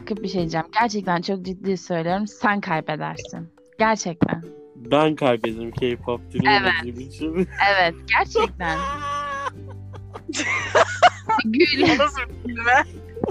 kalkıp bir şey diyeceğim. Gerçekten çok ciddi söylüyorum. Sen kaybedersin. Gerçekten. Ben kaybederim K-pop dinlemediğim için. Evet. Gerçekten. Gül. Nasıl bir kelime?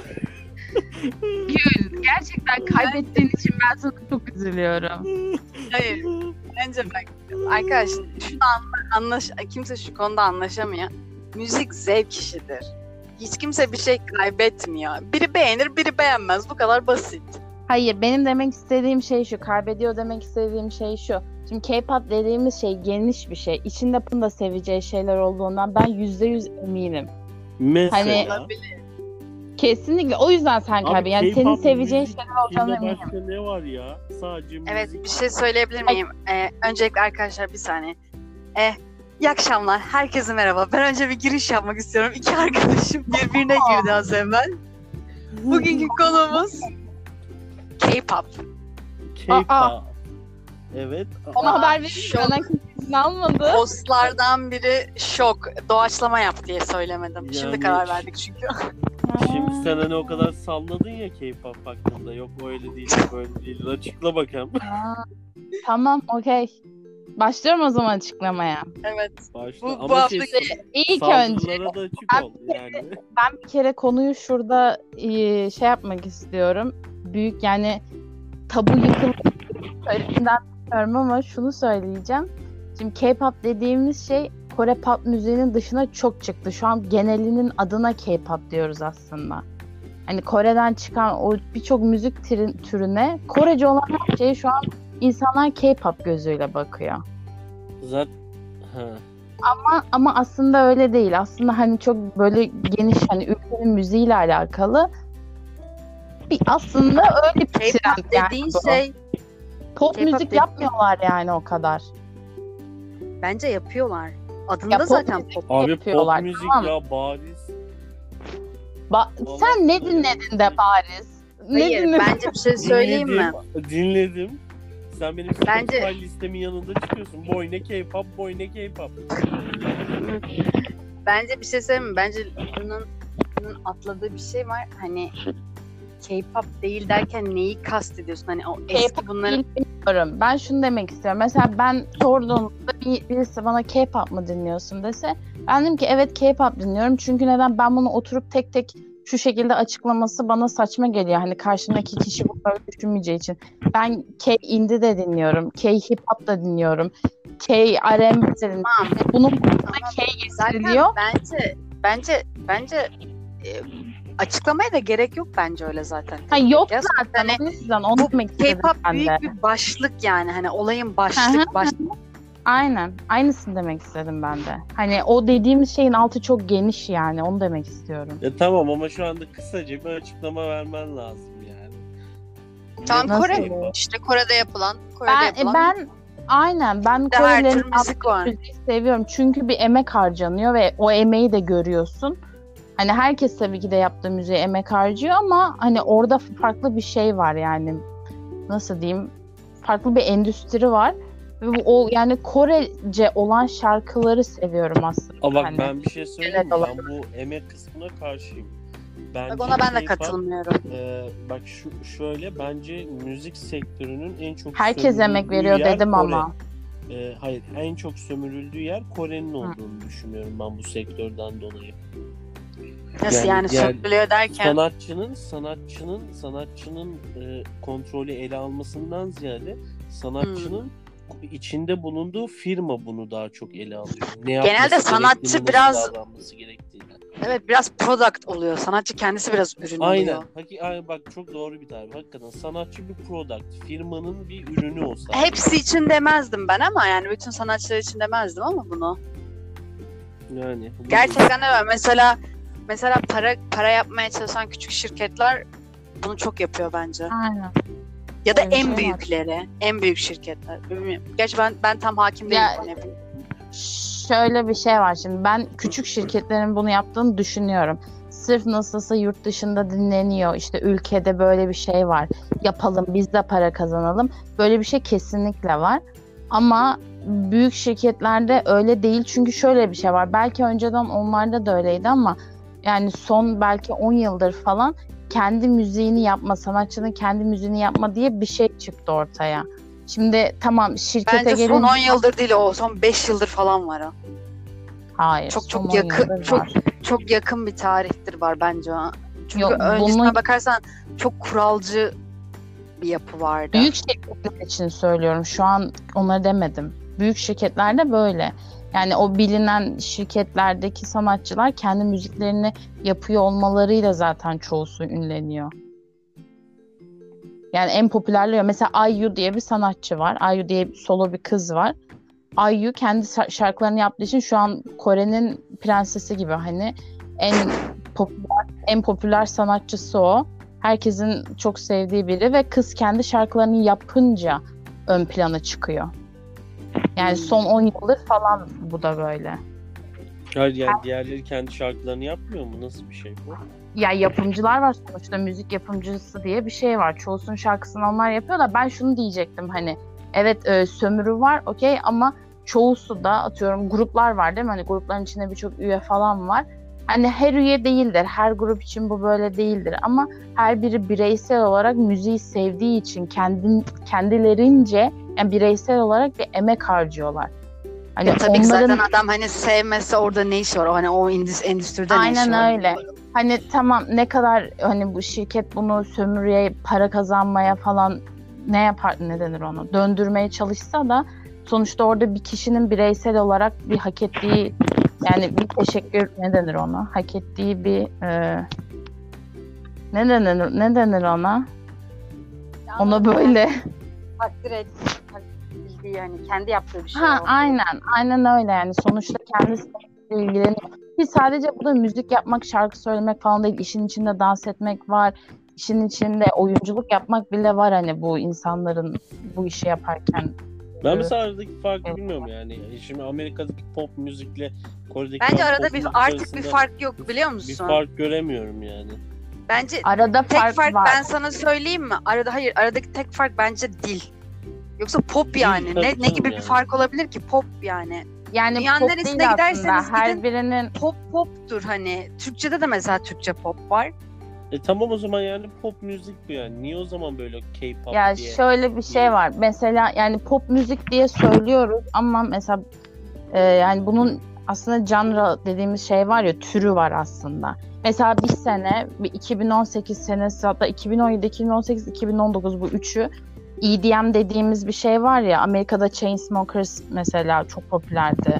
Gül. Gerçekten kaybettiğin için ben sana çok üzülüyorum. Hayır. Bence bak arkadaşlar kimse şu konuda anlaşamıyor. Müzik zevk işidir. Hiç kimse bir şey kaybetmiyor. Biri beğenir, biri beğenmez. Bu kadar basit. Hayır, benim demek istediğim şey şu. Kaybediyor demek istediğim şey şu. Şimdi K-pop dediğimiz şey geniş bir şey. İçinde bunun da seveceği şeyler olduğundan ben %100 eminim. Mesela. Hani kesinlikle. O yüzden sen kaybediyorsun. Yani K-pop senin seveceğin müzik şeyler olacağına içinde eminim. başka ne var ya? Sadece müzik. Evet, bir şey söyleyebilir miyim? Öncelikle arkadaşlar bir saniye. İyi akşamlar. Herkese merhaba. Ben önce bir giriş yapmak istiyorum. İki arkadaşım birbirine girdi az evvel. Bugünkü konumuz K-pop. K-pop. Evet. Ona haber verin. Şok. Bana kimse almadı. Postlardan biri şok. Doğaçlama yap diye söylemedim. Yani- Şimdi karar verdik çünkü. Şimdi sen hani o kadar salladın ya K-pop hakkında. Yok öyle değil, yok öyle değil. Açıkla bakalım. Tamam, okey. Başlıyorum o zaman açıklamaya. Evet. Başla. Bu Ama hafta İlk önce saldırılara da açık ol yani. ben bir kere konuyu şurada şey yapmak istiyorum. Büyük yani tabu yıkılmasından bilmiyorum ama şunu söyleyeceğim. Şimdi K-pop dediğimiz şey Kore pop müziğinin dışına çok çıktı. Şu an genelinin adına K-pop diyoruz aslında. Hani Kore'den çıkan o birçok müzik türüne Korece olan her şeye şu an insanlar K-pop gözüyle bakıyor. Zaten Ama aslında öyle değil. Aslında hani çok böyle geniş hani ülkenin müziğiyle alakalı aslında öyle bir trend K-pop yani dediğin bu. şey Pop K-pop müzik dediğin- yapmıyorlar yani o kadar. bence yapıyorlar. Adında Ya pop zaten müzik pop. abi yapıyorlar, pop müzik tamam. ya bariz. Sen ne dinledin de bariz? Ne Hayır, dinledin? bence bir şey söyleyeyim mi? Dinledim. Sen benim Bence- Spotify listemin yanında çıkıyorsun. Boy ne K-pop, boy ne K-pop. Bence bir şey söyleyeyim mi? Bence bunun atladığı bir şey var. Hani K-pop değil derken neyi kastediyorsun? Hani o eski K-pop bunların... bilmiyorum. Ben şunu demek istiyorum. Mesela ben sorduğumda birisi bana K-pop mu dinliyorsun dese ben dedim ki evet K-pop dinliyorum. Çünkü neden? Ben bunu oturup tek tek şu şekilde açıklaması bana saçma geliyor. Hani karşımdaki kişi bu böyle düşünmeyeceği için. Ben K-indie de dinliyorum. K-hip hop da dinliyorum. K-R&B de dinliyorum. Tamam. Bunun başına Tamam. K Zaten getiriliyor. bence açıklamaya da gerek yok bence öyle zaten. Ha, yok Ya, zaten. hani O yüzden onu Bu demek istedim K-pop ben de. büyük bir başlık yani. Hani olayın Hı hı. başlık. Aynen. Aynısını demek istedim ben de. Hani o dediğimiz şeyin altı çok geniş yani. Onu demek istiyorum. Ya tamam ama şu anda kısaca bir açıklama vermen lazım yani. Tamam, Ne Kore K-pop? işte Kore'de yapılan. Ben aynen de her Korelilerin tür müzik var. müziği seviyorum. Çünkü bir emek harcanıyor ve o emeği de görüyorsun. Hani herkes tabii ki de yaptığı müziğe emek harcıyor ama hani orada farklı bir şey var yani. Nasıl diyeyim? Farklı bir endüstri var. Ve o yani Korece olan şarkıları seviyorum aslında. Ama bak Hani. ben bir şey söyleyeyim mi? genel Ben bu emek kısmına karşıyım. Bence Bak ona ben de K-pop, katılmıyorum. bak şöyle bence müzik sektörünün en çok Herkes emek sömürüldüğü veriyor yer dedim Kore. ama. Hayır, en çok sömürüldüğü yer Kore'nin olduğunu düşünüyorum ben bu sektörden dolayı. Nasıl yani söylüyor derken? Sanatçının kontrolü ele almasından ziyade sanatçının içinde bulunduğu firma bunu daha çok ele alıyor. Ne Genelde yapması sanatçı gerektiğini, biraz- nasıl davranması gerektiğini. Evet, biraz product oluyor. Sanatçı kendisi biraz ürün Aynen. oluyor. Bak çok doğru bir tabir. Hakikaten sanatçı bir product, firmanın bir ürünü olsa. Hepsi için demezdim ben ama yani bütün sanatçılar için demezdim ama bunu. Yani Gerçekten de öyle. Mesela para yapmaya çalışan küçük şirketler bunu çok yapıyor bence. Aynen. Ya da Öyle bir şey en var. büyükleri, en büyük şirketler. Bilmiyorum. Gerçi ben tam hakim değilim Ya- konuya. Şöyle bir şey var şimdi. Ben küçük şirketlerin bunu yaptığını düşünüyorum. Sırf nasılsa yurt dışında dinleniyor. İşte ülkede böyle bir şey var. Yapalım, biz de para kazanalım. Böyle bir şey kesinlikle var. Ama büyük şirketlerde öyle değil. Çünkü şöyle bir şey var. Belki önceden onlarda da öyleydi ama yani son belki 10 yıldır falan kendi müziğini yapma, sanatçının kendi müziğini yapma diye bir şey çıktı ortaya. Şimdi tamam şirkete Bence gelince... son 10 yıldır değil, o son 5 yıldır falan var o. Hayır. Çok son 10 yakın, yıldır çok var. çok yakın bir tarihtir var bence o. Çünkü Yok, öncesine bunu- bakarsan çok kuralcı bir yapı vardı. Büyük şirketler için söylüyorum. Şu an onları demedim. Büyük şirketlerde böyle. Yani o bilinen şirketlerdeki sanatçılar kendi müziklerini yapıyor olmalarıyla zaten çoğusu ünleniyor. Yani en popülerliği mesela IU diye bir sanatçı var. IU diye solo bir kız var. IU kendi şarkılarını yaptığı için şu an Kore'nin prensesi gibi, hani en popüler sanatçısı o. Herkesin çok sevdiği biri ve kız kendi şarkılarını yapınca ön plana çıkıyor. Yani son 10 yıldır falan bu da böyle. Hayır yani diğerleri kendi şarkılarını yapmıyor mu? Nasıl bir şey bu? Ya yapımcılar var sonuçta, müzik yapımcısı diye bir şey var. Çoğusunun şarkısını onlar yapıyor da ben şunu diyecektim, hani evet sömürü var okey, ama çoğusu da atıyorum gruplar var değil mi? Hani grupların içinde birçok üye falan var. Hani her üye değildir, her grup için bu böyle değildir ama her biri bireysel olarak müziği sevdiği için kendilerince yani bireysel olarak bir emek harcıyorlar. Hani Tabii ki onların... zaten adam hani sevmese orada ne işi var? O hani o endüstride ne işi var? Aynen öyle. Hani tamam, ne kadar hani bu şirket bunu sömürüye, para kazanmaya falan ne yapar, ne denir ona, döndürmeye çalışsa da sonuçta orada bir kişinin bireysel olarak bir hak ettiği, yani bir teşekkür, ne denir ona, hak ettiği bir ne denir ona, ona böyle Takdir bildiği, yani kendi yaptığı bir şey. aynen öyle, yani sonuçta kendisi ilgileniyor. Ki sadece bu da müzik yapmak, şarkı söylemek falan değil. İşin içinde dans etmek var. İşin içinde oyunculuk yapmak bile var, hani bu insanların bu işi yaparken. Ben mesela aradaki farkı bilmiyorum yani. Şimdi Amerika'daki pop müzikle Kore'deki Bence pop arada müzik artık bir arasında fark yok, biliyor musun? bir fark göremiyorum yani. Bence Arada tek fark var. ben sana söyleyeyim mi? Aradaki tek fark bence dil. Yoksa pop yani. tabii Ne gibi yani. bir fark olabilir ki? Pop yani. Yani Dünyanın pop neresine değil giderseniz aslında. Her gidin, birinin poptur hani. Türkçede de mesela Türkçe pop var. Tamam o zaman yani pop müzik bu yani. Niye o zaman böyle K-pop ya diye? şöyle bir şey var. Mesela yani pop müzik diye söylüyoruz ama mesela yani bunun aslında genre dediğimiz şey var ya, türü var aslında. Mesela bir sene, bir 2018 senesi, hatta 2017, 2018, 2019 bu üçü EDM dediğimiz bir şey var ya, Amerika'da Chainsmokers mesela çok popülerdi.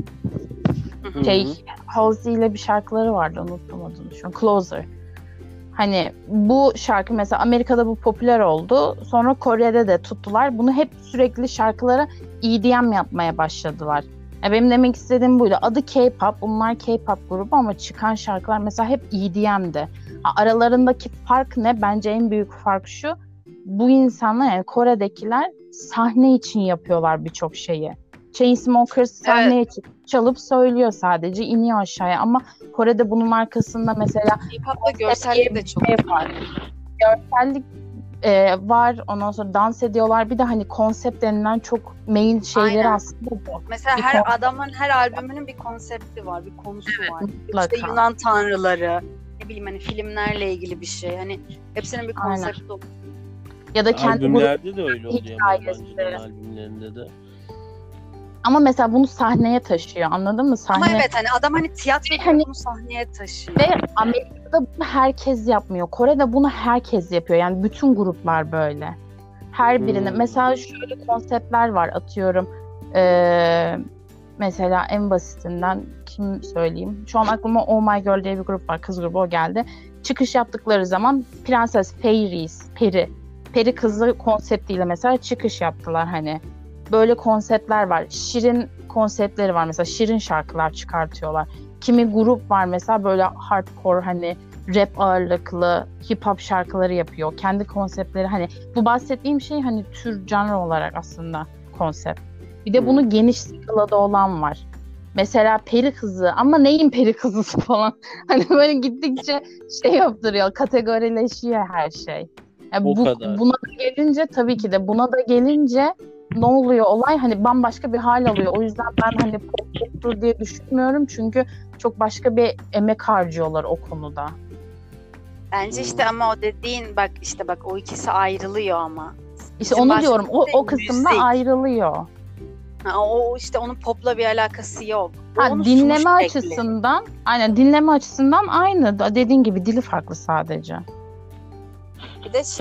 Hı-hı. Halsey ile bir şarkıları vardı, unuttum adını şu an. Closer. Hani bu şarkı mesela Amerika'da bu popüler oldu. Sonra Kore'de de tuttular. Bunu hep sürekli şarkılara EDM yapmaya başladılar. Benim demek istediğim buydu. Adı K-pop. Bunlar K-pop grubu ama çıkan şarkılar mesela hep EDM'di. Aralarındaki fark ne? Bence en büyük fark şu. Bu insanlar, yani Kore'dekiler sahne için yapıyorlar birçok şeyi. Chainsmokers sahneye çıkıp çalıp söylüyor, sadece iniyor aşağıya, ama Kore'de bunun arkasında mesela K-pop'ta görsellik de çok. var. Görsellik var, ondan sonra dans ediyorlar. Bir de hani konsept denilen çok main şeyleri Aynen. aslında bu. Mesela Bir her adamın her albümünün bir konsepti var, bir konusu var. Mutlaka. İşte Yunan tanrıları, ne bileyim hani filmlerle ilgili bir şey. Hani hepsinin bir konsepti oluyor. Ya da kendi grup, Albümlerde de öyle oluyor. hikayesi. Yabancıların albümlerinde de. ama mesela bunu sahneye taşıyor, anladın mı? Ama Sahne. evet hani adam hani tiyatro Hani- bunu sahneye taşıyor. Ve Amerika'da bunu herkes yapmıyor. Kore'de bunu herkes yapıyor. Yani bütün gruplar böyle. Her birine. Mesela şöyle konseptler var, atıyorum. Mesela en basitinden kim söyleyeyim? Şu an aklıma Oh My Girl diye bir grup var. Kız grubu, o geldi. Çıkış yaptıkları zaman Prenses Peri kızı konseptiyle mesela çıkış yaptılar hani. Böyle konseptler var. Şirin konseptleri var mesela. Şirin şarkılar çıkartıyorlar. Kimi grup var mesela böyle hardcore, hani rap ağırlıklı hip hop şarkıları yapıyor. Kendi konseptleri, hani bu bahsettiğim şey hani tür, genre olarak aslında konsept. Bir de bunu geniş skalada olan var. Mesela peri kızı, ama neyin peri kızısı falan. Hani böyle gittikçe şey yaptırıyor, kategorileşiyor her şey. Yani O kadar. Buna da gelince, tabii ki de buna da gelince ne oluyor olay, hani bambaşka bir hal alıyor. O yüzden ben hani poptur diye düşünmüyorum. Çünkü çok başka bir emek harcıyorlar o konuda. Bence işte ama o dediğin bak o ikisi ayrılıyor ama. İşte Bizim onu diyorum. O bahsettiğimiz kısımda müzik. ayrılıyor. O işte onun popla bir alakası yok. O Ha, onun dinleme sunuş şekli. açısından, aynen dinleme açısından aynı. Dediğin gibi dili farklı sadece. Bir de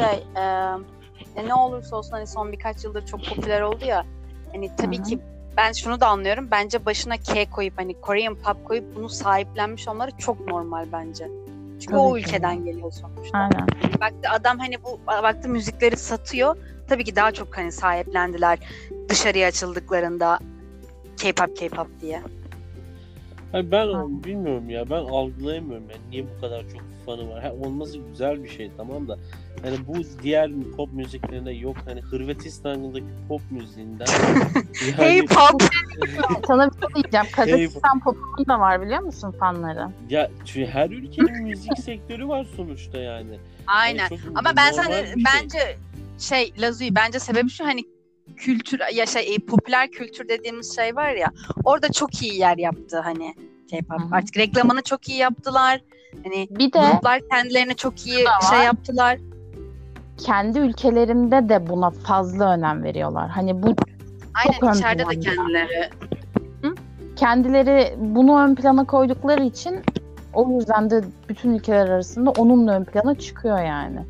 ne olursa olsun hani son birkaç yıldır çok popüler oldu ya. Hani tabii Hı hı. ki ben şunu da anlıyorum. Bence başına K koyup hani Korean pop koyup bunu sahiplenmiş olmaları çok normal bence. Çünkü Tabii o ki. ülkeden geliyor sonuçta. Aynen. Baktı adam hani baktı müzikleri satıyor. Tabii ki daha çok hani sahiplendiler dışarıya açıldıklarında K-pop diye. Hani ben bilmiyorum ya, ben algılayamıyorum yani niye bu kadar çok fanı var. Olması güzel bir şey, tamam da hani bu diğer pop müziklerinde yok, hani Hırvatistan'daki pop müziğinden Hey pop. Sana bir şey diyeceğim. Kazakistan pop'un da var biliyor musun fanları? Ya çünkü her ülkenin müzik sektörü var sonuçta yani. Aynen. Yani çok Ama ben normal sana bir şey. bence Lazu'yu bence sebebi şu hani kültür ya popüler kültür dediğimiz şey var ya orada çok iyi yer yaptı hani K-pop. Hı hı. Artık reklamını çok iyi yaptılar. Hani Bir de gruplar kendilerine çok iyi şey yaptılar. kendi ülkelerinde de buna fazla önem veriyorlar. Hani bu Aynen ön içeride de planda. kendileri. Kendileri bunu ön plana koydukları için o yüzden de bütün ülkeler arasında onunla ön plana çıkıyor yani.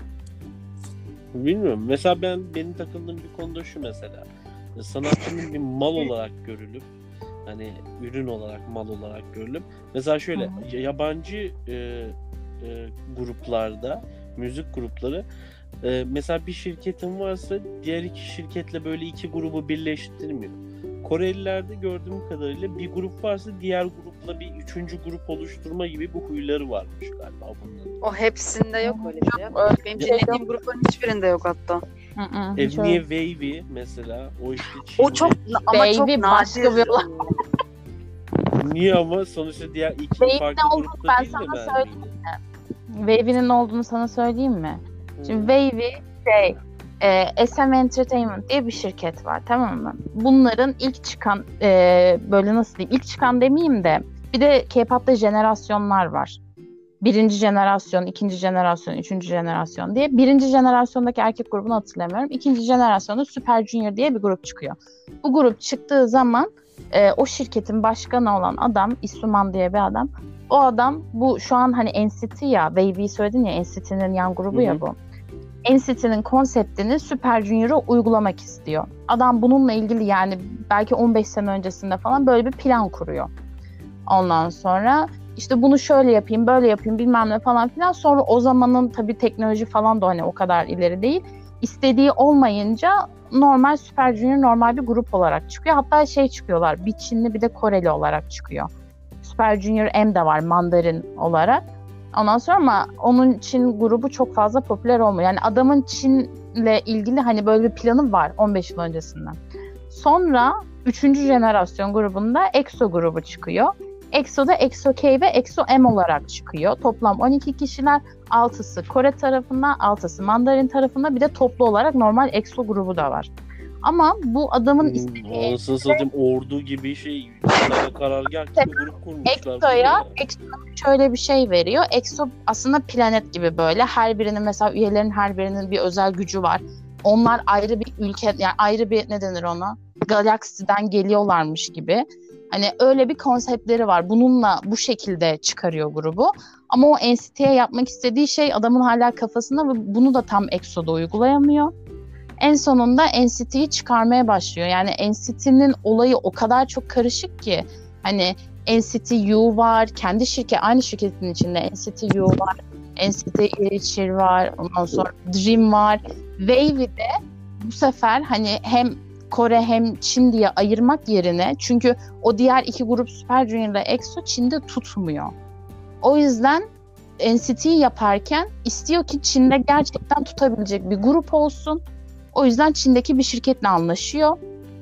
Bilmiyorum. Mesela benim takıldığım bir konuda şu mesela. Sanatçının bir mal olarak görülüp hani ürün olarak, mal olarak görülüp mesela şöyle yabancı gruplarda, müzik grupları mesela bir şirketin varsa diğer iki şirketle böyle iki grubu birleştirmiyor. Korelilerde gördüğüm kadarıyla bir grup varsa diğer grupla bir üçüncü grup oluşturma gibi bir huyları varmış galiba bunların. O hepsinde yok öyle bir şey. Öyle Benim bir şey dinlediğim yok. grupların hiçbirinde yok hatta. Hiç Niye öyle. Wavy mesela o işte Çin'de. O çok ama çok Baby başka nadir. bir olay. Niye ama sonuçta diğer iki Wave'in farklı ne olduğunu grupta ben değil mi sana ben? Wavy'nin ne olduğunu sana söyleyeyim mi? Şimdi Wavy SM Entertainment diye bir şirket var, tamam mı? Bunların ilk çıkan böyle nasıl diyeyim, ilk çıkan demeyeyim de bir de K-pop'ta jenerasyonlar var. Birinci jenerasyon, ikinci jenerasyon, üçüncü jenerasyon diye. Birinci jenerasyondaki erkek grubunu hatırlamıyorum. İkinci jenerasyonda Super Junior diye bir grup çıkıyor. Bu grup çıktığı zaman o şirketin başkanı olan adam, Isuman diye bir adam. O adam bu şu an hani NCT ya, Wavy'yi söyledin ya, NCT'nin yan grubu ya bu. NCT'nin konseptini Super Junior'a uygulamak istiyor. Adam bununla ilgili yani belki 15 sene öncesinde falan böyle bir plan kuruyor. Ondan sonra işte bunu şöyle yapayım, böyle yapayım bilmem ne falan filan. Sonra o zamanın tabii teknoloji falan da hani o kadar ileri değil. İstediği olmayınca normal Super Junior normal bir grup olarak çıkıyor. Hatta çıkıyorlar, bir Çinli bir de Koreli olarak çıkıyor. Super Junior M de var Mandarin olarak. Ondan sonra ama onun Çin grubu çok fazla popüler olmuyor. Yani adamın Çin'le ilgili hani böyle bir planı var 15 yıl öncesinden. Sonra 3. jenerasyon grubunda EXO grubu çıkıyor. EXO'da EXO K ve EXO M olarak çıkıyor. Toplam 12 kişiler. 6'sı Kore tarafında, 6'sı Mandarin tarafında, bir de toplu olarak normal EXO grubu da var. Ama bu adamın istediği... Anasını satayım, ordu gibi şey, karargah gibi grup kurmuşlar. EXO şöyle bir şey veriyor. EXO aslında planet gibi böyle. Her birinin mesela üyelerin her birinin bir özel gücü var. Onlar ayrı bir ülke, yani ayrı bir ne denir ona? Galaksiden geliyorlarmış gibi. Hani öyle bir konseptleri var. Bununla bu şekilde çıkarıyor grubu. Ama o NCT'ye yapmak istediği şey adamın hala kafasında ve bunu da tam EXO'da uygulayamıyor. En sonunda NCT'yi çıkarmaya başlıyor. Yani NCT'nin olayı o kadar çok karışık ki hani NCT U var, kendi aynı şirketin içinde NCT U var, NCT Illichir var, ondan sonra Dream var. Wavy'de bu sefer hani hem Kore hem Çin diye ayırmak yerine, çünkü o diğer iki grup Super Junior ile EXO Çin'de tutmuyor. O yüzden NCT'yi yaparken istiyor ki Çin'de gerçekten tutabilecek bir grup olsun. O yüzden Çin'deki bir şirketle anlaşıyor.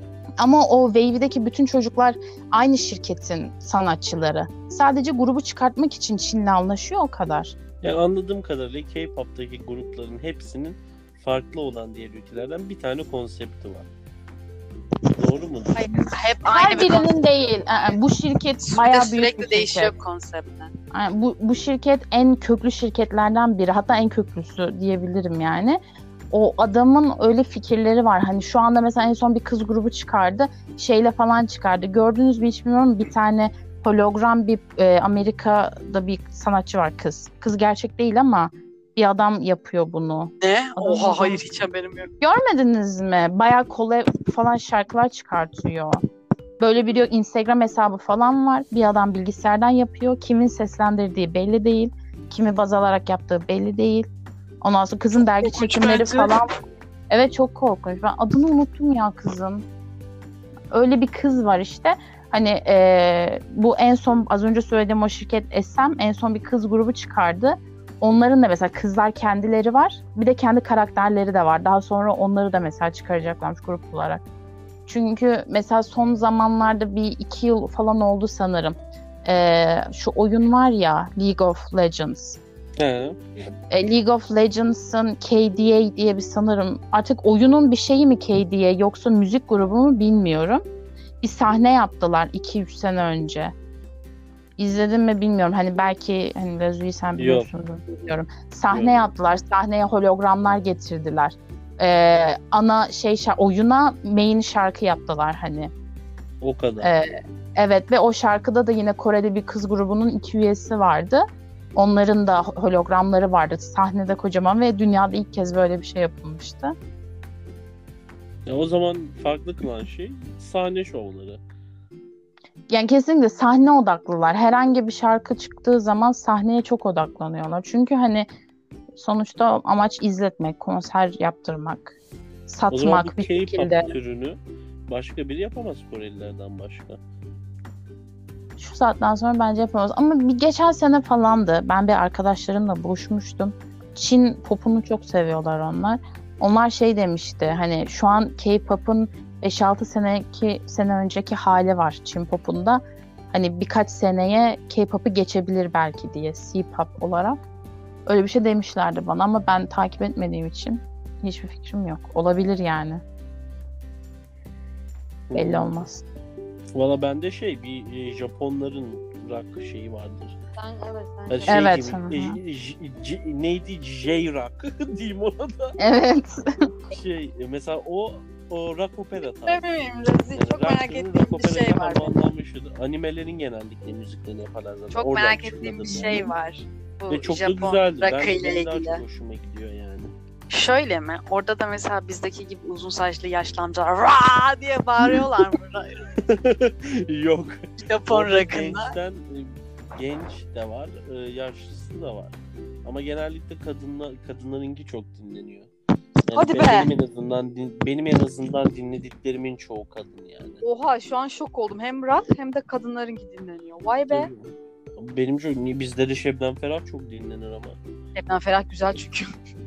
Ama o Wavy'deki bütün çocuklar aynı şirketin sanatçıları. Sadece grubu çıkartmak için Çin'le anlaşıyor, o kadar. Yani anladığım kadarıyla K-pop'taki grupların hepsinin farklı olan diğer ülkelerden bir tane konsepti var. Doğru mu? Hayır, hep Her aynı bir konsept. birinin değil. Bu şirket Bir de bayağı büyük bir sürekli şirket. değişiyor konseptler. Yani bu şirket en köklü şirketlerden biri. Hatta en köklüsü diyebilirim yani. O adamın öyle fikirleri var. Hani şu anda mesela en son bir kız grubu çıkardı. Şeyle falan çıkardı. Gördünüz mü hiç bilmiyorum. Bir tane hologram bir Amerika'da bir sanatçı var kız. Kız gerçek değil ama bir adam yapıyor bunu. Ne? Adam- Oha hayır hiç haberim yok. Görmediniz mi? Bayağı kolay falan şarkılar çıkartıyor. Böyle bir Instagram hesabı falan var. Bir adam bilgisayardan yapıyor. Kimin seslendirdiği belli değil. Kimi baz alarak yaptığı belli değil. Ondan sonra kızın dergi korkunç çekimleri bence. falan. Evet çok korkunç. Ben adını unuttum ya kızın. Öyle bir kız var işte. Hani bu en son az önce söylediğim o şirket SM en son bir kız grubu çıkardı. Onların da mesela kızlar kendileri var. Bir de kendi karakterleri de var. Daha sonra onları da mesela çıkaracaklarmış grup olarak. Çünkü mesela son zamanlarda bir 2 yıl falan oldu sanırım. Şu oyun var ya League of Legends. He. League of Legends'ın KDA diye bir sanırım artık oyunun bir şeyi mi KDA yoksa müzik grubu mu bilmiyorum. Bir sahne yaptılar 2-3 sene önce. İzledin mi bilmiyorum. Hani belki hani Lezu'yu sen biliyorsundur bilmiyorum. Sahne Yok. yaptılar. Sahneye hologramlar getirdiler. Ana oyuna main şarkı yaptılar hani. O kadar. Evet ve o şarkıda da yine Koreli bir kız grubunun 2 üyesi vardı. Onların da hologramları vardı. Sahnede kocaman ve dünyada ilk kez böyle bir şey yapılmıştı. O zaman farklı kılan şey sahne şovları. Yani kesinlikle sahne odaklılar. Herhangi bir şarkı çıktığı zaman sahneye çok odaklanıyorlar. Çünkü hani sonuçta amaç izletmek, konser yaptırmak, O zaman bu satmak bir K-pop şekilde. türünü başka biri yapamaz Korelilerden başka. Şu saatten sonra bence yapamaz. Ama bir geçen sene falandı. Ben bir arkadaşlarımla buluşmuştum. Çin popunu çok seviyorlar onlar. Onlar şey demişti. Hani şu an K-pop'un 5-6 sene önceki hali var Çin popunda. Hani birkaç seneye K-pop'u geçebilir belki diye C-pop olarak. Öyle bir şey demişlerdi bana ama ben takip etmediğim için hiçbir fikrim yok. Olabilir yani. Belli olmaz. Valla bende bir Japonların rock şeyi vardır. Sen evet Yani sen. Evet, neydi? J-rock diyeyim ona da. Evet. Mesela o rock opera tarzı. Ne bileyim Rezi, çok merak ettiğim bir şey var. Animelerin genellikle müziklerini yaparlar zaten. Çok Oradan merak ettiğim bir fırladım yani. şey var. Bu Ve çok da Japon güzeldi. rock'ıyla Benim daha ilgili. çok hoşuma gidiyor yani. Şöyle mi? Orada da mesela bizdeki gibi uzun saçlı yaşlı amcalar "Vaa!" diye bağırıyorlar mı? Yok. Japon Orada rock'ında. genç de var, yaşlısı da var. Ama genellikle kadınlarınki çok dinleniyor. Yani Hadi be! Benim en azından dinlediklerimin çoğu kadın yani. Oha şu an şok oldum. Hem rock hem de kadınlarınki dinleniyor. Vay be. Benim çok bizde de Şebnem Ferah çok dinlenir ama. Şebnem Ferah güzel çünkü.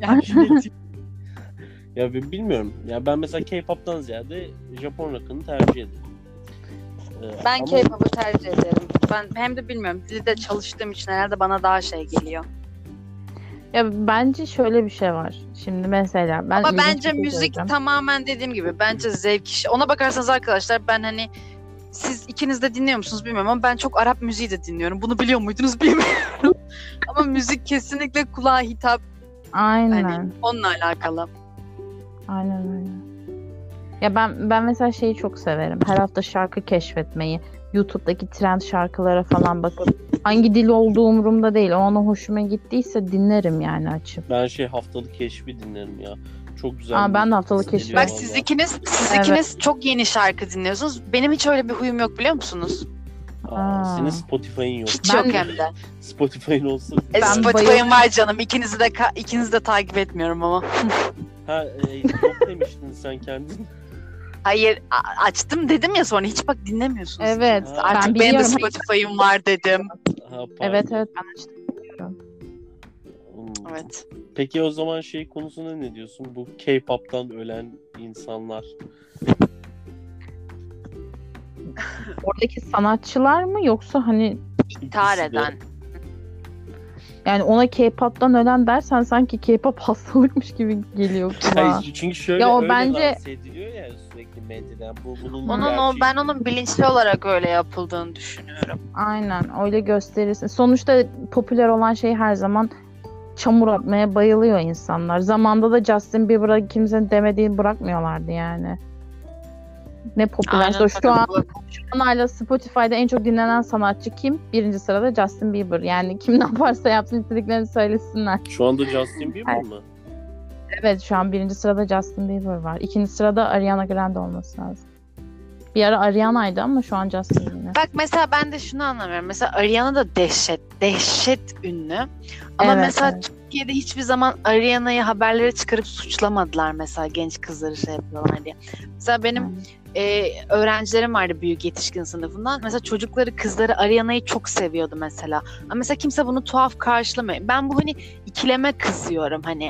Ya bilmiyorum. Ya ben mesela K-pop'tan ziyade Japon rock'ını tercih ederim. Ben Ama K-pop'u tercih ederim. Ben hem de bilmiyorum. Dilde çalıştığım için herhalde bana daha şey geliyor. Ya bence şöyle bir şey var. Şimdi mesela ben Ama ilginç bence bir şey müzik söyleyeceğim. tamamen dediğim gibi bence zevk işi. Ona bakarsanız arkadaşlar ben hani siz ikiniz de dinliyor musunuz bilmiyorum ama ben çok Arap müziği de dinliyorum. Bunu biliyor muydunuz bilmiyorum. Ama müzik kesinlikle kulağa hitap Aynen. hani onunla alakalı. Aynen öyle. Ya ben mesela şeyi çok severim. Her hafta şarkı keşfetmeyi. YouTube'daki trend şarkılara falan bakıp hangi dil olduğu umurumda değil. O ona hoşuma gittiyse dinlerim yani açıp. Ben haftalık keşfi dinlerim ya. Çok güzel. Ben de haftalık geliyor keşfi. Bak vallahi. siz ikiniz çok yeni şarkı dinliyorsunuz. Benim hiç öyle bir huyum yok biliyor musunuz? Senin Spotify'ın yok. Hiç Ben yok de. hem de. Spotify'ın olsa. Ben Spotify'ım var canım. İkinizi de takip etmiyorum ama. Yok demiştin sen kendin. Hayır açtım dedim ya sonra hiç bak dinlemiyorsunuz. Evet. Ha. Artık Ben benim de biliyorum. Spotify'ım var dedim. Pardon. Evet ben açtım. Evet. Peki o zaman konusunda ne diyorsun? Bu K-pop'tan ölen insanlar. Oradaki sanatçılar mı yoksa hani İntihar İkisi de. eden. Yani ona K-pop'tan ölen dersen sanki K-pop hastalıkmış gibi geliyor kulağa. Hayır, çünkü şöyle Ya o öyle bence- lanse ediliyor ya sürekli medyadan. Bunun Ben onun bilinçli olarak öyle yapıldığını düşünüyorum. Aynen öyle gösterirsin. Sonuçta popüler olan şey her zaman çamur atmaya bayılıyor insanlar. Zamanda da Justin Bieber'a kimsenin demediğini bırakmıyorlardı yani. Ne popülerse o. Şu an hala Spotify'da en çok dinlenen sanatçı kim? Birinci sırada Justin Bieber. Yani kim ne yaparsa yapsın istediklerini söylesinler. Şu anda Justin Bieber mı? Evet, şu an birinci sırada Justin Bieber var. İkinci sırada Ariana Grande olması lazım. Bir ara Ariana'ydı ama şu an Justin Bieber. Bak mesela ben de şunu anlamıyorum. Mesela Ariana da dehşet ünlü. Ama Evet, mesela evet. Türkiye'de hiçbir zaman Ariana'yı haberlere çıkarıp suçlamadılar mesela genç kızları şey yapıyorlar diye. Mesela benim öğrencilerim vardı büyük yetişkin sınıfından. Mesela çocukları, kızları Ariana'yı çok seviyordu mesela. Ama mesela kimse bunu tuhaf karşılamıyor. Ben bu hani ikileme kızıyorum hani.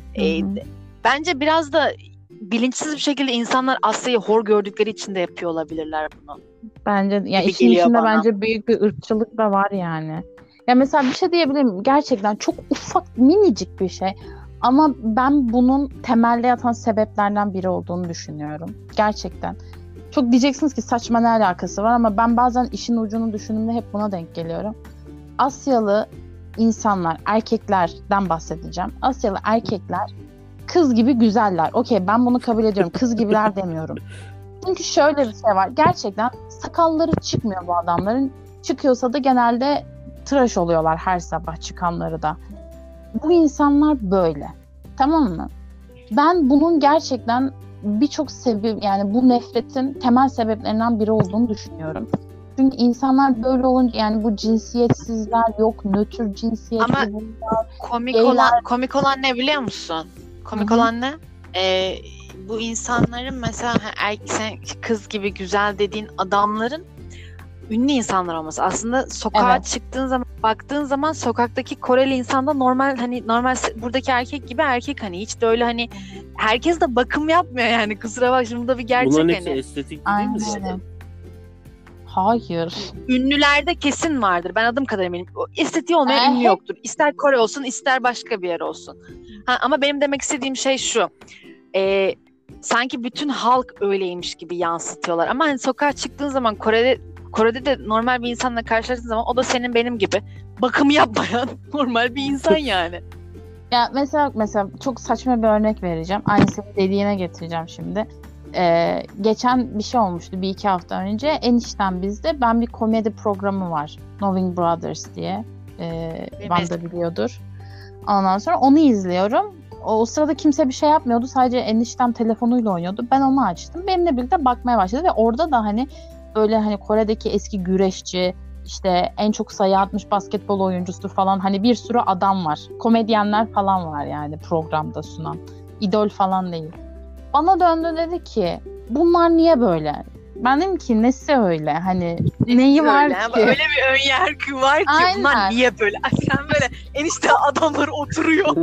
Bence biraz da bilinçsiz bir şekilde insanlar Asya'yı hor gördükleri için de yapıyor olabilirler bunu. Bence ya Gibi işin geliyor içinde bana. bence büyük bir ırkçılık da var yani. Ya mesela bir şey diyebilirim. Gerçekten çok ufak minicik bir şey. Ama ben bunun temelde yatan sebeplerden biri olduğunu düşünüyorum. Gerçekten. Çok diyeceksiniz ki saçma ne alakası var ama ben bazen işin ucunu düşündüğümde hep buna denk geliyorum. Asyalı insanlar, erkeklerden bahsedeceğim. Asyalı erkekler kız gibi güzeller. Okey, ben bunu kabul ediyorum. Kız gibiler demiyorum. Çünkü şöyle bir şey var. Gerçekten sakalları çıkmıyor bu adamların. Çıkıyorsa da genelde tıraş oluyorlar her sabah çıkanları da. Bu insanlar böyle. Tamam mı? Ben bunun gerçekten birçok sebep, yani bu nefretin temel sebeplerinden biri olduğunu düşünüyorum. Çünkü insanlar böyle olunca yani bu cinsiyetsizler yok, nötr cinsiyetli Ama bunlar. komik olan ne biliyor musun? Komik Hı hı. olan ne? Bu insanların mesela sen kız gibi güzel dediğin adamların ünlü insanlar olması. Aslında sokağa Evet. çıktığın zaman, baktığın zaman sokaktaki Koreli insan da normal buradaki erkek gibi erkek hani hiç de öyle hani herkes de bakım yapmıyor yani kusura bak şimdi bu bir gerçek Bunların hepsi hani. estetik değil mi Aynen. zaten? Hayır. Ünlülerde kesin vardır. Ben adım kadar eminim. O estetiği olmayan ünlü yoktur. İster Kore olsun, ister başka bir yer olsun. Ama benim demek istediğim şey şu. Sanki bütün halk öyleymiş gibi yansıtıyorlar. Ama hani sokağa çıktığın zaman Kore'de de normal bir insanla karşılaştığın zaman o da senin benim gibi bakım yapmayan normal bir insan yani. Ya mesela çok saçma bir örnek vereceğim. Aynısını dediğine getireceğim şimdi. Geçen bir şey olmuştu 1-2 hafta önce. Enişten bizde ben bir komedi programı var. Knowing Brothers diye. Van da biliyordur. Ondan sonra onu izliyorum. O sırada kimse bir şey yapmıyordu. Sadece eniştem telefonuyla oynuyordu. Ben onu açtım. Benimle birlikte bakmaya başladı ve orada da hani böyle hani Kore'deki eski güreşçi, işte en çok sayı atmış basketbol oyuncusu falan hani bir sürü adam var. Komedyenler falan var yani programda sunan. İdol falan değil. Bana döndü dedi ki bunlar niye böyle? Ben dedim ki nesi öyle? Hani neyi var Öyle, ki? ama öyle bir önyargı var ki Aynen. bunlar niye böyle? Sen böyle enişte adamlar oturuyor.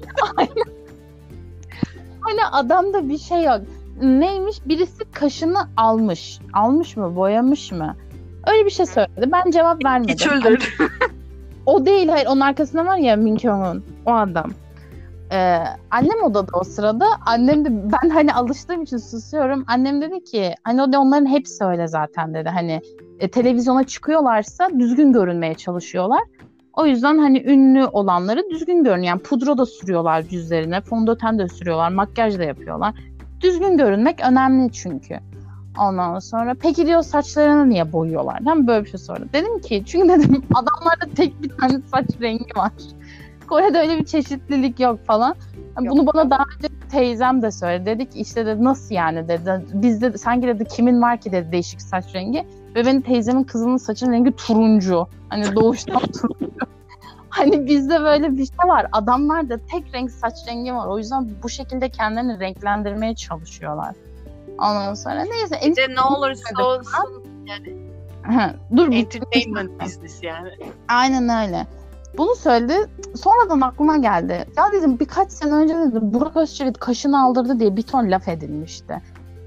Hani adamda bir şey yok. Neymiş? Birisi kaşını almış. Almış mı? Boyamış mı? Öyle bir şey söyledi. Ben cevap vermedim. Hiç öldür. O değil, hayır. Onun arkasında var ya Min Kyung-un. O adam. Annem odada o sırada. Annem de ben hani alıştığım için susuyorum. Annem dedi ki hani o da onların hepsi öyle zaten dedi. Hani televizyona çıkıyorlarsa düzgün görünmeye çalışıyorlar. O yüzden hani ünlü olanları düzgün görünüyor. Yani pudra da sürüyorlar yüzlerine. Fondöten de sürüyorlar. Makyaj da yapıyorlar. Düzgün görünmek önemli çünkü. Ondan sonra peki diyor saçlarını niye boyuyorlar? Ben böyle bir şey sordum. Dedim ki çünkü dedim adamlarda tek bir tane saç rengi var. Kore'de öyle bir çeşitlilik yok falan. Yani bunu bana daha önce teyzem de söyledi. Dedi ki işte dedi nasıl yani dedi. Bizde sanki dedi kimin var ki dedi değişik saç rengi. Ve benim teyzemin kızının saçının rengi turuncu. Hani doğuştan turuncu. Hani bizde böyle bir şey var. Adamlarda tek renk saç rengi var. O yüzden bu şekilde kendilerini renklendirmeye çalışıyorlar. Ondan sonra neyse. İşte ne olursa olsun yani Dur. entertainment business yani. Aynen öyle. Bunu söyledi. Sonradan aklıma geldi. Ya dedim birkaç sene önce dedim Burak Özçivit kaşını aldırdı diye bir ton laf edilmişti.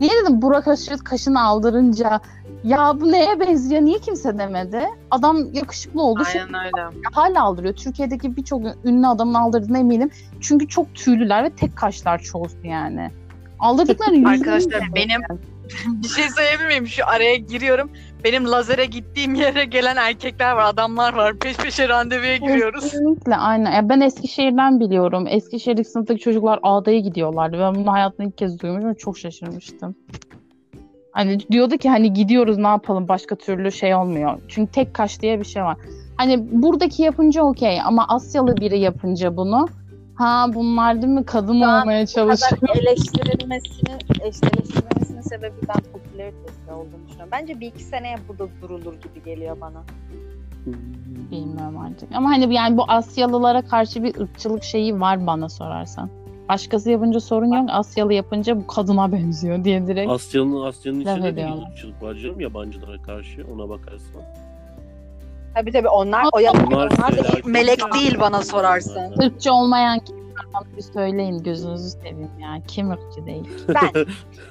Niye dedim Burak Özçivit kaşını aldırınca ya bu neye benziyor? Niye kimse demedi? Adam yakışıklı oldu. Aynen öyle. Hala aldırıyor. Türkiye'deki birçok ünlü adamın aldırdığına eminim. Çünkü çok tüylüler ve tek kaşlar çoğusu yani. Aldırdıkları yüzünü Arkadaşlar benim bir şey söyleyebilir miyim? Şu araya giriyorum. Benim lazere gittiğim yere gelen erkekler var, adamlar var. Peş peşe randevuya giriyoruz. Kesinlikle aynen. Ya ben Eskişehir'den biliyorum. Eskişehir'deki sınıftaki çocuklar ağdaya gidiyorlardı. Ben bunu hayatımda ilk kez duymuşum ve çok şaşırmıştım. Hani diyordu ki hani gidiyoruz ne yapalım başka türlü şey olmuyor. Çünkü tek kaş diye bir şey var. Hani buradaki yapınca okey ama Asyalı biri yapınca bunu bunlar değil mi kadın Şu an olmaya çalışıyor. eleştirilmesinin sebebi ben popülaritesi olduğunu düşünüyorum. Bence bir iki seneye burada durulur gibi geliyor bana. Bilmiyorum artık. Ama hani yani bu Asyalılara karşı bir ırkçılık şeyi var bana sorarsan. Başkası yapınca sorun yok. Asyalı yapınca bu kadına benziyor diye direkt. Asya'nın içinde de ediyorlar. ırkçılık var canım yabancılara karşı ona bakarsan. Tabii onlar Onlar da felaket melek yani. değil bana sorarsan. Irkçı olmayan kim var bana bir söyleyin gözünüzü seveyim ya. Kim ırkçı değil? ben.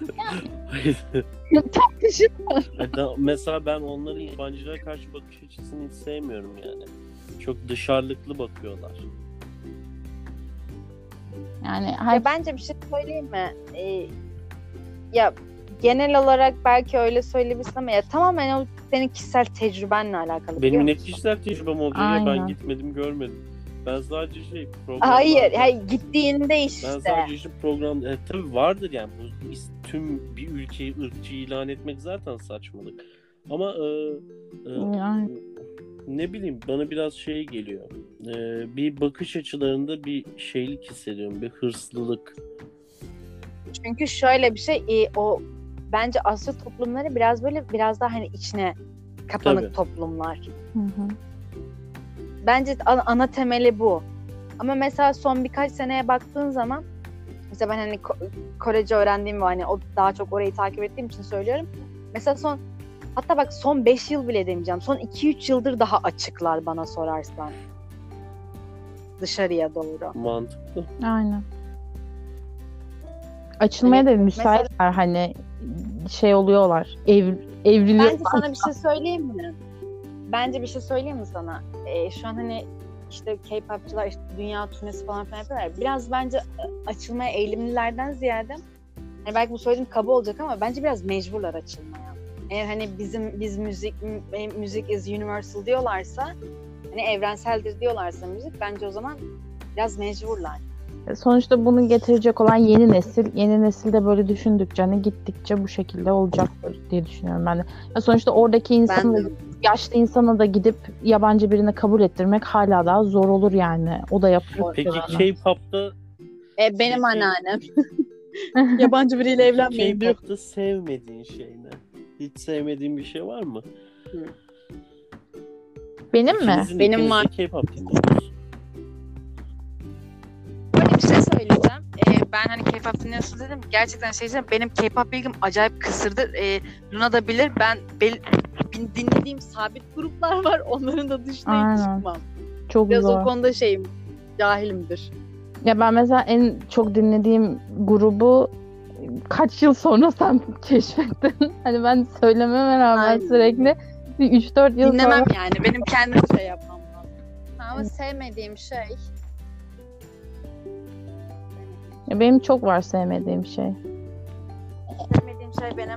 Tartışın. Mesela ben onların yabancılara karşı bakış açısını hiç sevmiyorum yani. Çok dışarılıklı bakıyorlar. Yani Ya bence bir şey söyleyeyim mi? Ya genel olarak belki öyle söyleyebilirsin ama ya tamamen o senin kişisel tecrübenle alakalı. Benim ne biliyor musun? kişisel tecrübem oluyor ya Aynen. ben gitmedim görmedim. Ben sadece programlarda... Hayır gittiğinde Ben işte. sadece program... tabii vardır yani bu tüm bir ülkeyi ırkçı ilan etmek zaten saçmalık. Ama Yani. ne bileyim bana biraz şey geliyor. Bir bakış açılarında bir şeylik hissediyorum. Bir hırslılık. Çünkü şöyle bir şey o bence Asya toplumları biraz daha hani içine kapanık Tabii. toplumlar. Hı. Bence ana temeli bu. Ama mesela son birkaç seneye baktığın zaman mesela ben hani Korece öğrendiğim ve hani o daha çok orayı takip ettiğim için söylüyorum. Mesela hatta bak son 5 yıl bile demeyeceğim. Son 2-3 yıldır daha açıklar bana sorarsan. Dışarıya doğru. Mantıklı. Aynen. Açılmaya da müsaitler hani şey oluyorlar. Evriliyor. Bence sana bir şey söyleyeyim mi? Bence bir şey söyleyeyim mi sana? Şu an hani işte K-popçular işte dünya turnesi falan filan yapıyorlar. Biraz bence açılmaya eğilimlilerden ziyade hani belki bu söylediğim kaba olacak ama bence biraz mecburlar açılmaya. Eğer hani biz müzik is universal diyorlarsa hani evrenseldir diyorlarsa müzik bence o zaman biraz mecburlar. Sonuçta bunu getirecek olan yeni nesil de böyle düşündükçe hani gittikçe bu şekilde olacaktır diye düşünüyorum ben de. Ya sonuçta oradaki yaşlı insana da gidip yabancı birine kabul ettirmek hala daha zor olur yani. O da yapıyor. Peki K-pop'ta Benim anneannem yabancı biriyle evlenmeyin diyor. K-pop'ta sevmediğin şey ne? Hiç sevmediğin bir şey var mı? Benim mi? Benim var. K-pop dinliyoruz. Böyle bir şey söyleyeceğim. Ben hani K-pop dinliyorsun dedim. Gerçekten şey diyeceğim. Benim K-pop bilgim acayip kısırdır. Luna da bilir. Ben dinlediğim sabit gruplar var. Onların da dışına Aynen. hiç çıkmam. Çok Biraz zor. o konuda cahilimdir. Ya ben mesela en çok dinlediğim grubu kaç yıl sonra sen keşfettin. Hani ben söylememe rağmen Aynen. sürekli 3-4 yıl Dinlemem sonra. yani. Benim kendim Şey yapmam lazım. Ama sevmediğim şey Ya benim çok var sevmediğim şey. sevmediğim şey benim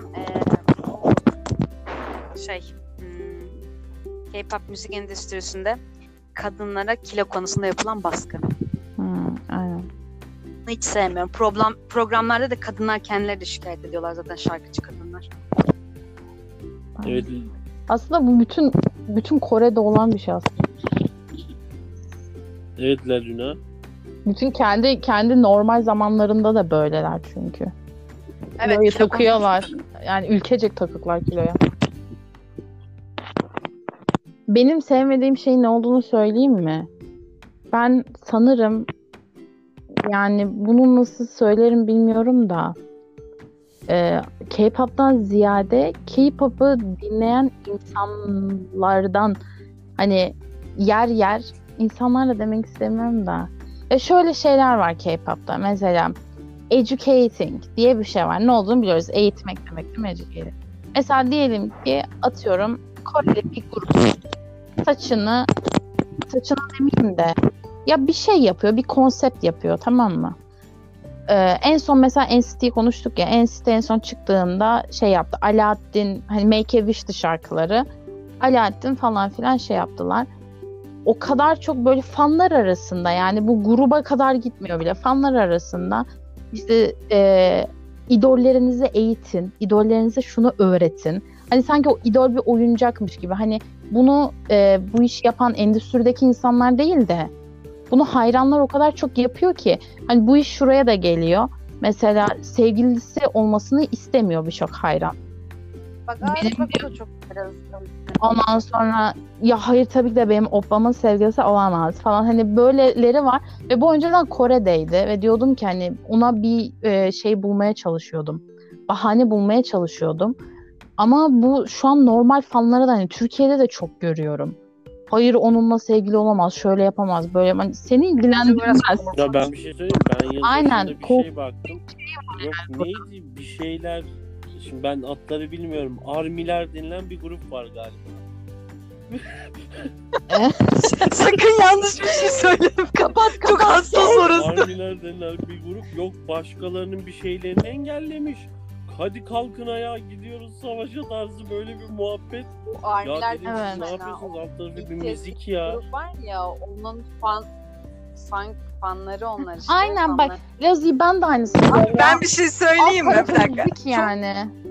K-pop müzik endüstrisinde kadınlara kilo konusunda yapılan baskı. Aynen. Hiç sevmiyorum. Programlarda da kadınlar kendileri de şikayet ediyorlar zaten şarkıcı kadınlar. Evet. Aslında bu bütün Kore'de olan bir şey aslında. Evet Luna. Bütün kendi normal zamanlarında da böyleler çünkü. Evet, Kiloyu kilo takıyorlar. Yani ülkecek takıklar kiloya. Benim sevmediğim şeyin ne olduğunu söyleyeyim mi? Ben sanırım yani bunu nasıl söylerim bilmiyorum da K-pop'tan ziyade K-pop'u dinleyen insanlardan hani insanlarla demek istemiyorum da şöyle şeyler var K-pop'ta mesela educating diye bir şey var. Ne olduğunu biliyoruz. Eğitmek demek değil mi educating? Mesela diyelim ki atıyorum Koreli bir grup saçını demeyeyim de ya bir şey yapıyor, bir konsept yapıyor, tamam mı? En son mesela NCT'yi konuştuk ya. NCT en son çıktığında şey yaptı. Alaaddin, hani Make a Wish'ti şarkıları. Alaaddin falan filan şey yaptılar. O kadar çok böyle fanlar arasında, yani bu gruba kadar gitmiyor bile. Fanlar arasında işte idollerinizi eğitin. İdollerinize şunu öğretin. Hani sanki o idol bir oyuncakmış gibi. Hani bunu bu işi yapan endüstrideki insanlar değil de bunu hayranlar o kadar çok yapıyor ki hani bu iş şuraya da geliyor. Mesela sevgilisi olmasını istemiyor birçok hayran. Bak bu da çok biraz. Ondan sonra ya hayır tabii ki de benim Oppa'mın sevgilisi olamaz falan, hani böyleleri var ve bu önceden Kore'deydi ve diyordum ki hani ona bir şey bulmaya çalışıyordum. Bahane bulmaya çalışıyordum. Ama bu şu an normal fanlara da hani Türkiye'de de çok görüyorum. Hayır onunla sevgili olamaz, şöyle yapamaz, böyle yapamaz. Hani seni ilgilendirmez. Ya ben bir şey söyleyeyim. Ben yıl Aynen, başında bir şey baktım. Yok neydi bir şeyler. Şimdi ben adları bilmiyorum. Armiler denilen bir grup var galiba. Sakın yanlış bir şey söyleme. Kapat. Çok hassas orası. Armiler denilen bir grup yok başkalarının bir şeylerini engellemiş. Hadi kalkın ayağa gidiyoruz savaşa tarzı böyle bir muhabbet. Bu Ya Armiler dedim Evet. siz ne yapıyorsunuz alt tarafı bir BTS müzik ya. grup var ya, onun fanları onlar işte. Aynen bak, Fanları. Lazi ben de aynısını diyorum. Ben bir şey söyleyeyim mi? Alt Bir tarafı dakika. müzik yani.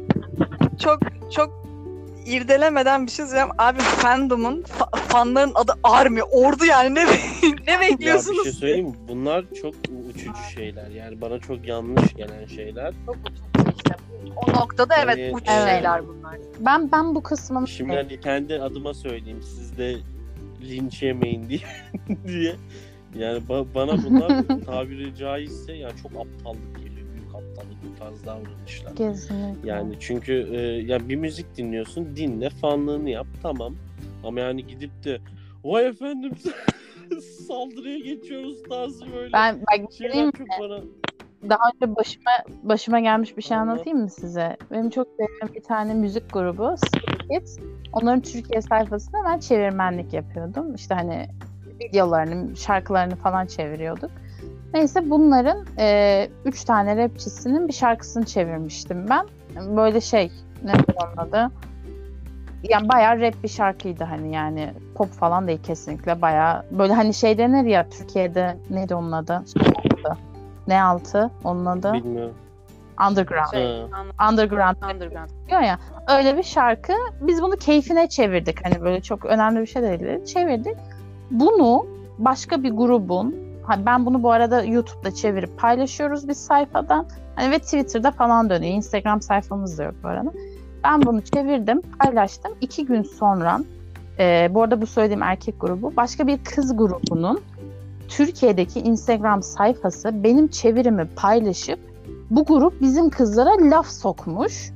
Çok irdelemeden bir şey söyleyeyim. Abi fandom'un fanların adı Army. Ordu yani ne Ya bir bekliyorsunuz? şey söyleyeyim mi? Bunlar çok uçucu şeyler. Yani bana çok yanlış gelen şeyler. Çok işte. O noktada evet Yani, uç evet. şeyler bunlar. Ben bu kısmını Şimdi hani kendi adıma söyleyeyim siz de linç yemeyin diye. Yani bana bunlar tabiri caizse yani çok aptallık geliyor. Büyük aptallık bu tarz davranışlar. kesinlikle. Yani çünkü ya bir müzik dinliyorsun, dinle, fanlığını yap, tamam. Ama yani gidip de vay efendim saldırıya geçiyoruz tarzı böyle Ben bak şeyler diyeyim çok bana. daha önce başıma gelmiş bir şey Anlat. anlatayım mı size? Benim çok sevdiğim bir tane müzik grubu Stray Kids. Onların Türkiye sayfasında ben çevirmenlik yapıyordum. İşte hani videolarını, şarkılarını falan çeviriyorduk. Neyse bunların 3 tane rapçisinin bir şarkısını çevirmiştim ben. Böyle şey, ne onun adı? Yani bayağı rap bir şarkıydı hani, yani pop falan değil kesinlikle, bayağı böyle hani şey denir ya Türkiye'de, neydi onun adı? Ne altı onun adı? Bilmiyorum. Underground. Ha. Underground Underground. diyor ya. Öyle bir şarkı. Biz bunu keyfine çevirdik. Hani böyle çok önemli bir şey değil. Çevirdik. Bunu başka bir grubun, ben bunu bu arada YouTube'da çevirip paylaşıyoruz biz sayfadan. Hani ve Twitter'da falan dönüyor. Instagram sayfamız da yok bu arada. Ben bunu çevirdim, paylaştım. 2 gün sonra bu arada bu söylediğim erkek grubu başka bir kız grubunun Türkiye'deki Instagram sayfası benim çevirimi paylaşıp bu grup bizim kızlara laf sokmuş.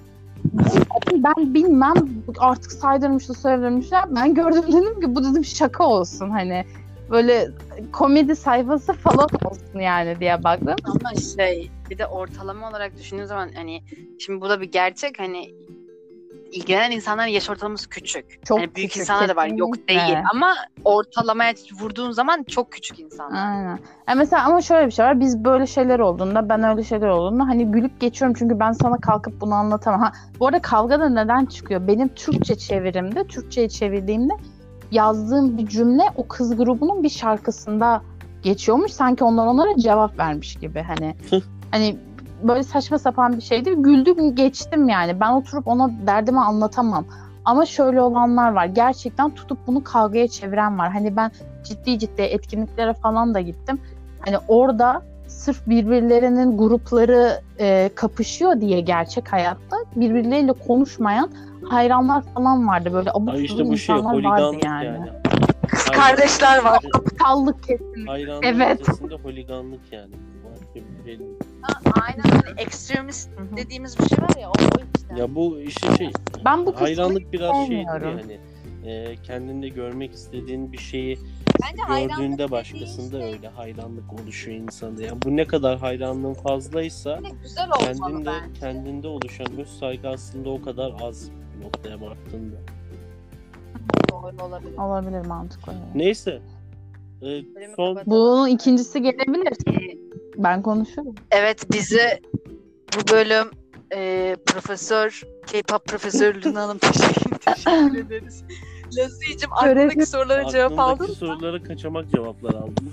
Ben bilmem artık saydırmışlar, söylemişler. Ben gördüm, dedim ki bu dedim şaka olsun, hani böyle komedi sayfası falan olsun yani diye baktım. Ama bir de ortalama olarak düşündüğün zaman hani şimdi bu da bir gerçek, hani ilgilenen insanların yaş ortalaması küçük. Çok hani büyük küçük, insanlar da var, yok kesinlikle. değil ama ortalamaya vurduğun zaman çok küçük insanlar. Aynen. Yani mesela ama şöyle bir şey var. Biz böyle şeyler olduğunda, ben öyle şeyler olduğunda hani gülüp geçiyorum çünkü ben sana kalkıp bunu anlatamam. Bu arada kavga da neden çıkıyor? Benim Türkçe çevirimde, Türkçe'ye çevirdiğimde yazdığım bir cümle o kız grubunun bir şarkısında geçiyormuş. Sanki onlar onlara cevap vermiş gibi. Hani böyle saçma sapan bir şeydi. Güldüm geçtim yani. Ben oturup ona derdimi anlatamam. Ama şöyle olanlar var. Gerçekten tutup bunu kavgaya çeviren var. Hani ben ciddi etkinliklere falan da gittim. Hani orada sırf birbirlerinin grupları kapışıyor diye gerçek hayatta birbirleriyle konuşmayan hayranlar falan vardı. Böyle abuk Ay subuk işte bu şey insanlar vardı holiganlık yani. yani. Kız kardeşler var. Aptallık kesinlikle. Hayranlığın Evet. ötesinde holiganlık yani. Başka bir şey değil. Aynen, hani extremist Hı hı. dediğimiz bir şey var ya, o işte. Ya bu işte şey Ben bu kısmını hayranlık biraz şey gibi sevmiyorum. hani kendinde görmek istediğin bir şeyi Bence hayranlık gördüğünde başkasında dediğin öyle hayranlık oluşuyor insanda. Yani bu ne kadar hayranlığın fazlaysa şey güzel olmalı bence. kendinde oluşan öz saygı aslında o kadar az bir noktaya baktığında. Doğru olabilir. Olabilir, mantıklı. Neyse. Bölümü Son kapatalım. Bunun ikincisi gelebilir. Ben konuşurum. Evet, bize bu bölüm Profesör K-pop Profesör Luna Hanım teşekkür ederiz. Lazi'cim aklındaki sorulara cevap aldın aklımdaki mı? sorulara kaçamak cevaplar aldım.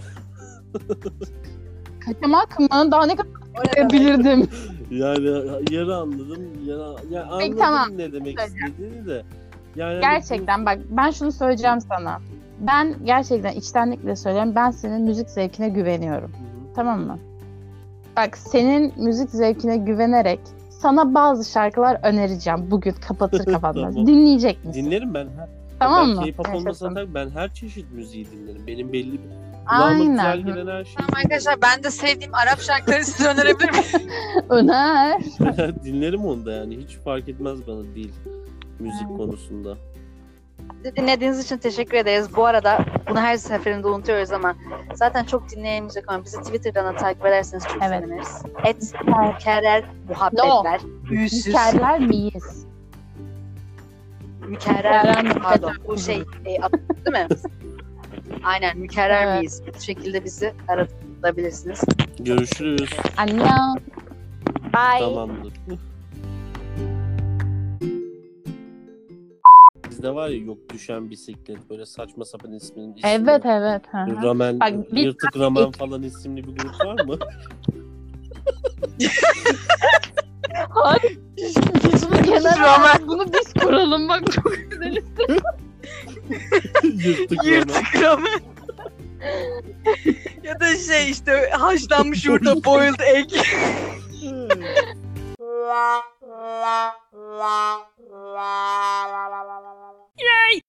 Kaçamak mı? Daha ne kadar Orada bilirdim. Yani yarı anladım. Yani anladım tamam. ne demek istediğini de. Yani Gerçekten bak, ben şunu söyleyeceğim sana. Ben gerçekten içtenlikle söylüyorum. Ben senin müzik zevkine güveniyorum. Hı-hı. Tamam mı? Bak, senin müzik zevkine güvenerek sana bazı şarkılar önereceğim bugün kapatır kapatmaz. Tamam. Dinleyecek misin? Dinlerim ben. Tamam Ben mı? K-pop olmasa Yaşasın. da ben her çeşit müziği dinlerim. Benim belli bir kulağıma güzel Aynen. gelen her şeyi Tamam arkadaşlar, ben de sevdiğim Arap şarkıları size önerebilir miyim? Öner. dinlerim onu da yani. Hiç fark etmez bana değil müzik konusunda. Bizi dinlediğiniz için teşekkür ederiz. Bu arada bunu her seferinde unutuyoruz ama zaten çok dinleyenimiz yok ama bizi Twitter'dan da takip ederseniz çok Evet. seviniriz. Mükerrer muhabbetler. Üsüz. Mükerrer miyiz? Mükerrer. Pardon. Bu şey değil mi? Aynen, mükerrer Evet. miyiz? Bu şekilde bizi aratabilirsiniz. Görüşürüz. Annyeong. Bye. Tamamdır. Bizde var ya, yok düşen bisiklet, böyle saçma sapan ismi. Evet. Hı hı. Ramen, Bak, bir yırtık ramen falan isimli bir grup var mı? Hayır. Bunu kenara al. Bunu biz kuralım, bak çok güzel. Yırtık ramen. Yırtık ramen. Ya da şey işte haşlanmış yumurta, boiled egg. Yay!